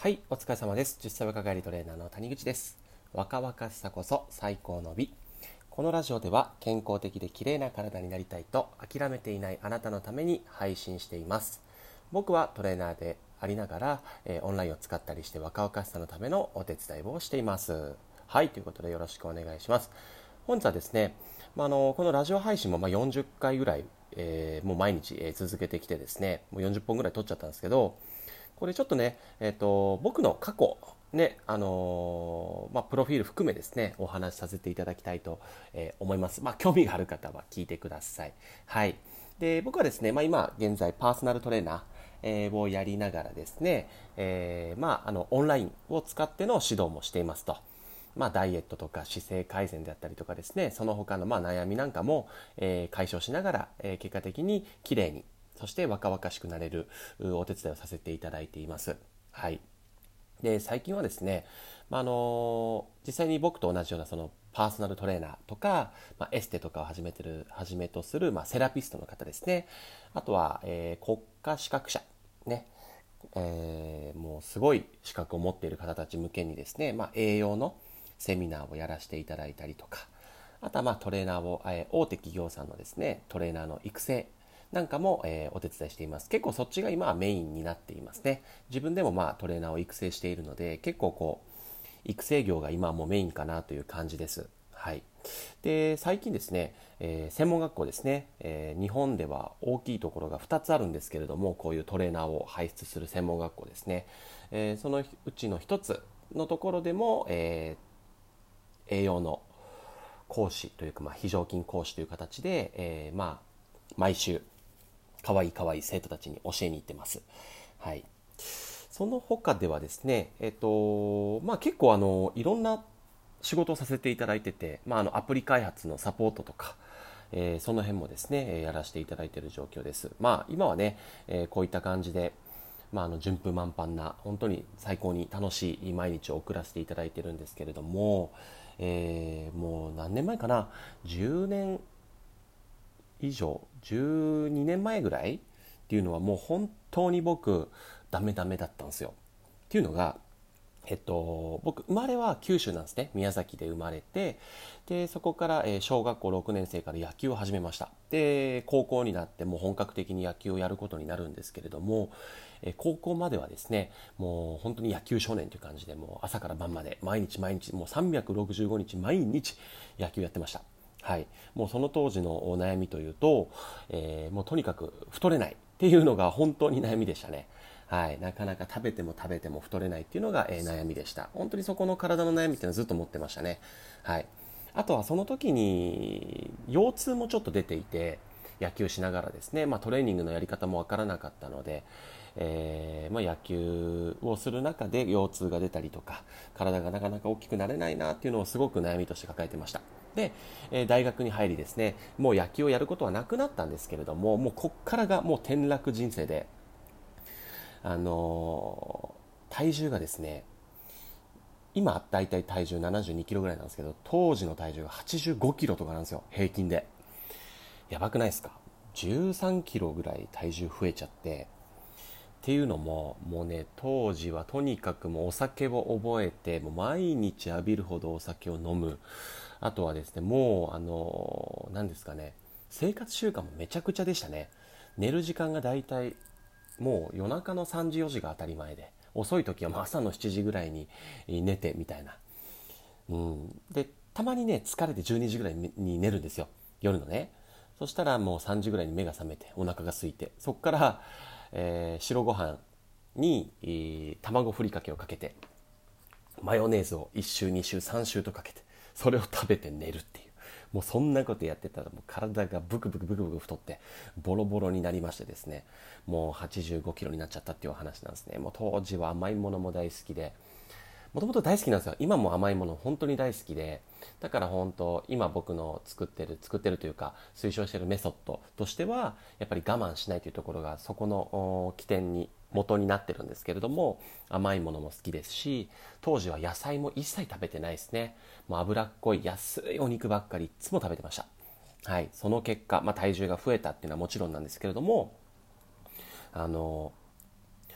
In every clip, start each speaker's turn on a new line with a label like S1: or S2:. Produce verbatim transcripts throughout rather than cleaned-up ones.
S1: はい、お疲れ様です。じゅっさい若返りトレーナーの谷口です。若々しさこそ最高の美。このラジオでは健康的で綺麗な体になりたいと諦めていないあなたのために配信しています。僕はトレーナーでありながら、えーオンラインを使ったりして若々しさのためのお手伝いをしています。はい、ということでよろしくお願いします。本日はですね、まあ、あのこのラジオ配信もまあよんじゅっかいぐらい、えーもう毎日、えー続けてきてですね、もうよんじゅっぽんぐらい撮っちゃったんですけど、これちょっとね、えっと、僕の過去、ね、あのーまあ、プロフィール含めですね、お話しさせていただきたいと、えー思います。まあ、興味がある方は聞いてください。はい。で、僕はですね、まあ、今現在パーソナルトレーナー、えーをやりながらですね、えーまあ、あの、オンラインを使っての指導もしていますと。まあ、ダイエットとか姿勢改善であったりとかですね、その他のまあ悩みなんかも、えー解消しながら、えー結果的に綺麗に、そして若々しくなれるうお手伝いをさせていただいています。はい。で、最近はですね、まあ、あの実際に僕と同じようなそのパーソナルトレーナーとか、まあ、エステとかを始めてる、はじめとする、まあ、セラピストの方ですね。あとは、えー国家資格者、ね。えーもうすごい資格を持っている方たち向けにですね、まあ、栄養のセミナーをやらせていただいたりとか、あとはまあトレーナーを、えー大手企業さんのですね、トレーナーの育成なんかも、えーお手伝いしています。結構そっちが今はメインになっていますね。自分でもまあトレーナーを育成しているので、結構こう、育成業が今はもうメインかなという感じです。はい。で、最近ですね、えー専門学校ですね、えー日本では大きいところがふたつあるんですけれども、こういうトレーナーを輩出する専門学校ですね。えーそのうちのひとつのところでも、えー栄養の講師というか、まあ、非常勤講師という形で、えーまあ、毎週、可愛い可愛い生徒たちに教えに行ってます。はい。その他ではですね、えっと、まあ結構あの、いろんな仕事をさせていただいてて、まああの、アプリ開発のサポートとか、えーその辺もですね、えーやらせていただいている状況です。まあ今はね、えーこういった感じで、まあ、あの順風満帆な本当に最高に楽しい毎日を送らせていただいているんですけれども、えーもう何年前かな、じゅうねん以上、じゅうにねんまえぐらいっていうのはもう本当に僕ダメダメだったんですよ。っていうのが、えっと、僕生まれは九州なんですね。宮崎で生まれて、でそこから、えー小学校ろくねん生から野球を始めました。で高校になってもう本格的に野球をやることになるんですけれども、えー高校まではですね、もう本当に野球少年という感じで、もう朝から晩まで毎日毎日もうさんびゃくろくじゅうごにち毎日野球やってました。はい、もうその当時のお悩みというと、えーもうとにかく太れないっていうのが本当に悩みでしたね。はい、なかなか食べても食べても太れないっていうのが、えー悩みでした。本当にそこの体の悩みっていうのはずっと持ってましたね。はい。あとはその時に腰痛もちょっと出ていて、野球しながらですね、まあ、トレーニングのやり方もわからなかったので、えーまあ、野球をする中で腰痛が出たりとか、体がなかなか大きくなれないなっていうのをすごく悩みとして抱えてました。で、えー大学に入りですね、もう野球をやることはなくなったんですけれども、もうこっからがもう転落人生で、あのー体重がですね、今だいたい体重ななじゅうにキロぐらいなんですけど、当時の体重がはちじゅうごキロとかなんですよ、平均で。やばくないですか？ じゅうさん キロぐらい体重増えちゃって、っていうのももうね、当時はとにかくもうお酒を覚えて、もう毎日浴びるほどお酒を飲む。あとはですね、もうあの何ですかね、生活習慣もめちゃくちゃでしたね。寝る時間がだいたいもう夜中のさんじよじが当たり前で、遅い時はもう朝のしちじぐらいに寝てみたいな。うん、でたまにね、疲れてじゅうにじぐらいに寝るんですよ、夜のね。そしたらもうさんじぐらいに目が覚めてお腹が空いて、そこから、えー白ご飯に、えー卵ふりかけをかけて、マヨネーズをいっ周に周さん周とかけて、それを食べて寝るっていう、もうそんなことやってたらもう体がブクブクブクブク太ってボロボロになりましてですね、もうはちじゅうごキロになっちゃったっていうお話なんですね。もう当時は甘いものも大好きで、もともと大好きなんですよ。今も甘いもの本当に大好きで、だから本当今僕の作ってる作ってるというか推奨しているメソッドとしては、やっぱり我慢しないというところがそこの起点に元になってるんですけれども、甘いものも好きですし、当時は野菜も一切食べてないですね。もう脂っこい安いお肉ばっかりいつも食べてました。はい、その結果、まあ、体重が増えたっていうのはもちろんなんですけれども、あの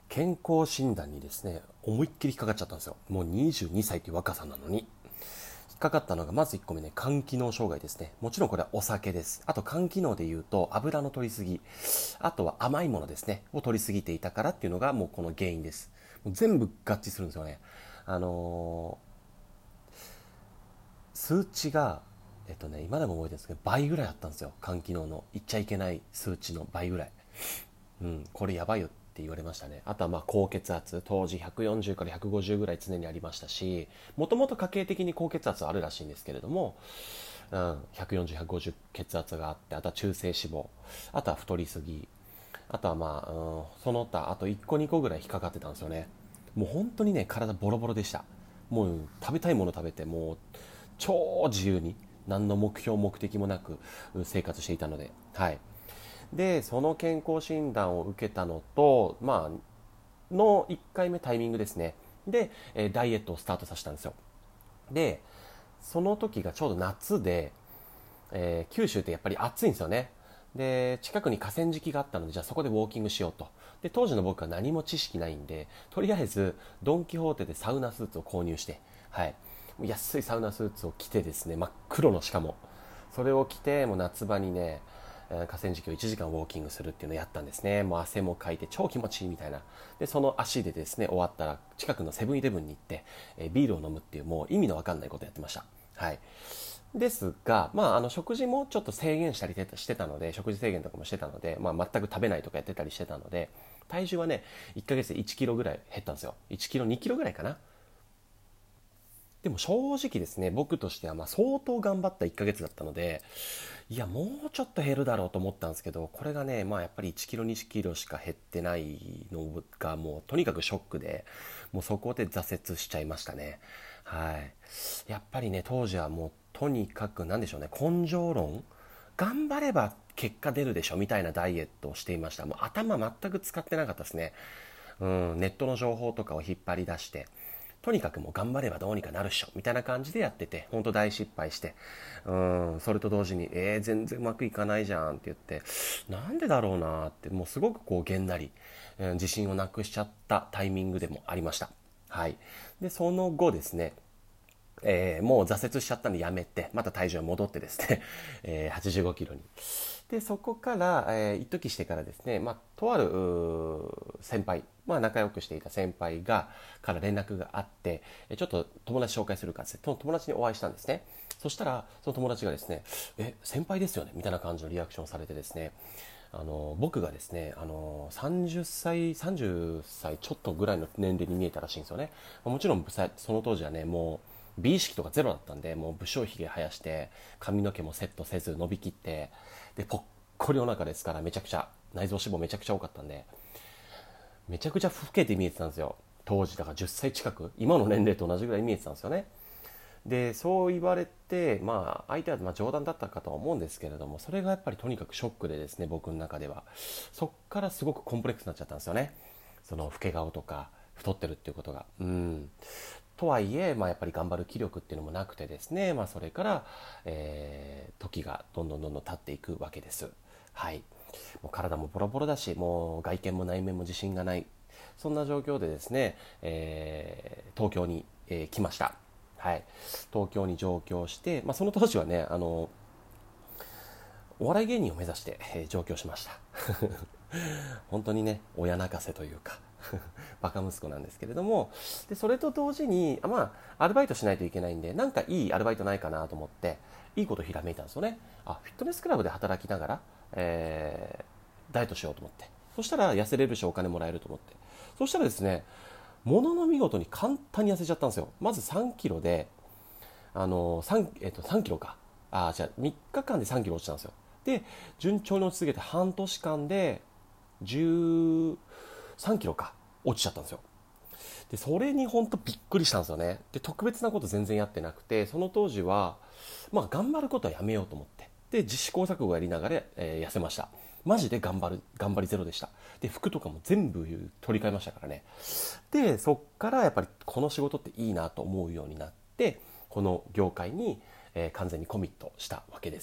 S1: 健康診断にですね思いっきり引っかかっちゃったんですよ。もうにじゅうにさいという若さなのに引っかかったのが、まずいっこめね、肝機能障害ですね。もちろんこれはお酒です。あと肝機能でいうと油の取りすぎ、あとは甘いものですねを取りすぎていたからっていうのがもうこの原因です。もう全部合致するんですよね。あのー数値がえっとね今でも覚えてるんですけど、倍ぐらいあったんですよ。肝機能の言っちゃいけない数値の倍ぐらい。うん、これやばいよって言われましたね。あとはまあ高血圧、当時ひゃくよんじゅうからひゃくごじゅうぐらい常にありましたし、もともと家系的に高血圧はあるらしいんですけれども、うん、ひゃくよんじゅう、ひゃくごじゅう血圧があって、あとは中性脂肪、あとは太りすぎ、あとはまあ、うん、その他あといっこにこぐらい引っかかってたんですよね。もう本当にね体ボロボロでした。もう食べたいもの食べて、もう超自由に何の目標目的もなく生活していたので、はい。でその健康診断を受けたのと、まあのいっかいめタイミングですね。で、えーダイエットをスタートさせたんですよ。でその時がちょうど夏で、えー九州ってやっぱり暑いんですよね。で近くに河川敷があったので、じゃあそこでウォーキングしようと。で当時の僕は何も知識ないんで、とりあえずドン・キホーテでサウナスーツを購入して、はい、安いサウナスーツを着てですね、真っ黒の、しかもそれを着て、もう夏場にね、河川敷をいちじかんウォーキングするっていうのをやったんですね。もう汗もかいて超気持ちいいみたいな。でその足でですね終わったら近くのセブンイレブンに行って、えービールを飲むっていう、もう意味のわかんないことやってました。はい。ですが、まあ、あの食事もちょっと制限したりしてたので、食事制限とかもしてたので、まあ、全く食べないとかやってたりしてたので、体重はねいっかげつでいちキロぐらい減ったんですよ。いちキロにキロぐらいかな。でも正直ですね、僕としてはまあ相当頑張ったいっかげつだったので、いやもうちょっと減るだろうと思ったんですけど、これがね、まあやっぱりいちキロにキロしか減ってないのがもうとにかくショックで、もうそこで挫折しちゃいましたね。はい。やっぱりね、当時はもうとにかくなんでしょうね、根性論、頑張れば結果出るでしょみたいなダイエットをしていました。もう頭全く使ってなかったですね。うん、ネットの情報とかを引っ張り出して、とにかくもう頑張ればどうにかなるっしょみたいな感じでやってて、本当大失敗して、うん、それと同時にえー、全然うまくいかないじゃんって言って、なんでだろうなって、もうすごくこうげんなり、うん、自信をなくしちゃったタイミングでもありました。はい。でその後ですね、えーもう挫折しちゃったんでやめて、また体重が戻ってですね、えーはちじゅうごキロに。でそこから、えー一時してからですね、まあ、とある先輩、まあ、仲良くしていた先輩がから連絡があって、ちょっと友達紹介するかって友達にお会いしたんですね。そしたらその友達がですね、え先輩ですよねみたいな感じのリアクションをされてですね、あの僕がですね、あのさんじゅっさいさんじゅっさいちょっとぐらいの年齢に見えたらしいんですよね。もちろんその当時はね、もう美意識とかゼロだったんで、もう武将髭生やして髪の毛もセットせず伸びきって、でぽっこりお腹ですから、めちゃくちゃ内臓脂肪めちゃくちゃ多かったんで、めちゃくちゃ老けて見えてたんですよ。当時だからじゅっさい近く、今の年齢と同じぐらい見えてたんですよね。でそう言われて、まあ相手はまあ冗談だったかとは思うんですけれども、それがやっぱりとにかくショックでですね、僕の中ではそっからすごくコンプレックスになっちゃったんですよね。その老け顔とか太ってるっていうことが。うんとはいえ、まあ、やっぱり頑張る気力っていうのもなくてですね、まあ、それから、えー時がどんどんどんどん経っていくわけです。はい。もう体もボロボロだし、もう外見も内面も自信がない、そんな状況でですね、えー東京に、えー来ました。はい。東京に上京して、まあ、その当時はね、あのお笑い芸人を目指して、えー上京しました。本当にね親泣かせというかバカ息子なんですけれども、でそれと同時にあまあアルバイトしないといけないんで、なんかいいアルバイトないかなと思って、いいことひらめいたんですよね。あフィットネスクラブで働きながら、えーダイエットしようと思って、そしたら痩せれるしお金もらえると思って、そしたらですね、ものの見事に簡単に痩せちゃったんですよ。まずさんキロで、あの 3, えっとさんキロか、あじゃあみっかかんでさんキロ落ちたんですよ。で順調に落ち続けて半年間でじゅうさんキロか落ちちゃったんですよ。でそれに本当びっくりしたんですよね。で特別なこと全然やってなくて、その当時はまあ頑張ることはやめようと思って、で試行錯誤やりながら、えー痩せました。マジで頑張る頑張りゼロでした。で服とかも全部取り替えましたからね。でそっからやっぱりこの仕事っていいなと思うようになって、この業界に、えー完全にコミットしたわけです。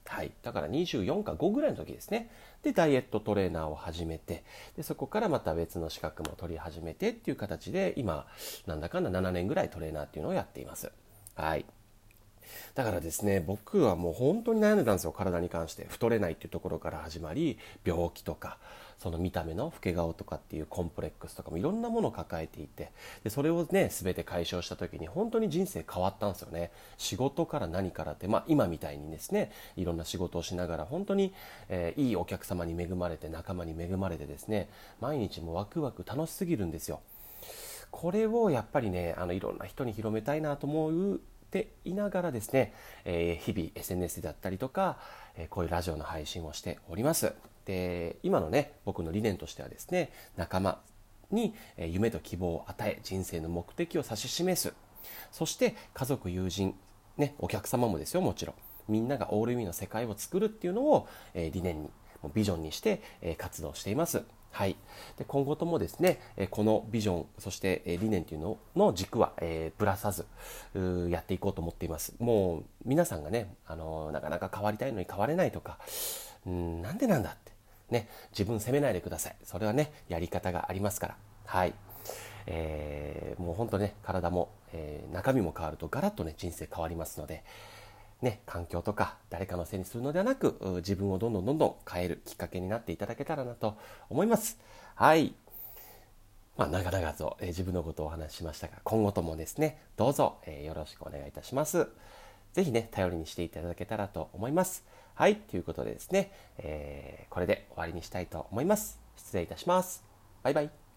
S1: はい、だからにじゅうよんかごぐらいの時ですね。でダイエットトレーナーを始めて、でそこからまた別の資格も取り始めてっていう形で、今なんだかんだななねんぐらいトレーナーっていうのをやっています。はい。だからですね、僕はもう本当に悩んでたんですよ。体に関して太れないっていうところから始まり、病気とかその見た目の老け顔とかっていうコンプレックスとかもいろんなものを抱えていて、でそれをね全て解消した時に本当に人生変わったんですよね。仕事から何からって、まあ、今みたいにですね、いろんな仕事をしながら本当に、えーいいお客様に恵まれて、仲間に恵まれてですね、毎日もワクワク楽しすぎるんですよ。これをやっぱりね、あのいろんな人に広めたいなと思うっていながらですね、えー日々 エスエヌエス だったりとか、えーこういうラジオの配信をしております。で今のね、僕の理念としてはですね、仲間にえー夢と希望を与え、人生の目的を指し示す。そして家族、友人、ね、お客様もですよ、もちろんみんながオールウィンの世界を作るっていうのを、えー理念に、もうビジョンにして、えー活動しています。はい、で今後ともですね、えーこのビジョン、そして、えー理念というのの軸は、えーぶらさずうーやっていこうと思っています。もう皆さんがね、あのーなかなか変わりたいのに変われないとか、うーんなんでなんだってね、自分責めないでください。それはね、やり方がありますから。はい。えーもう本当ね、体も、えー中身も変わるとガラッとね、人生変わりますので、ね、環境とか誰かのせいにするのではなく、う自分をどんどんどんどん変えるきっかけになっていただけたらなと思います。はい。まあ、長々と、えー自分のことをお話ししましたが、今後ともですね、どうぞ、えーよろしくお願いいたします。ぜひね、頼りにしていただけたらと思います。はい、ということでですね、えーこれで終わりにしたいと思います。失礼いたします。バイバイ。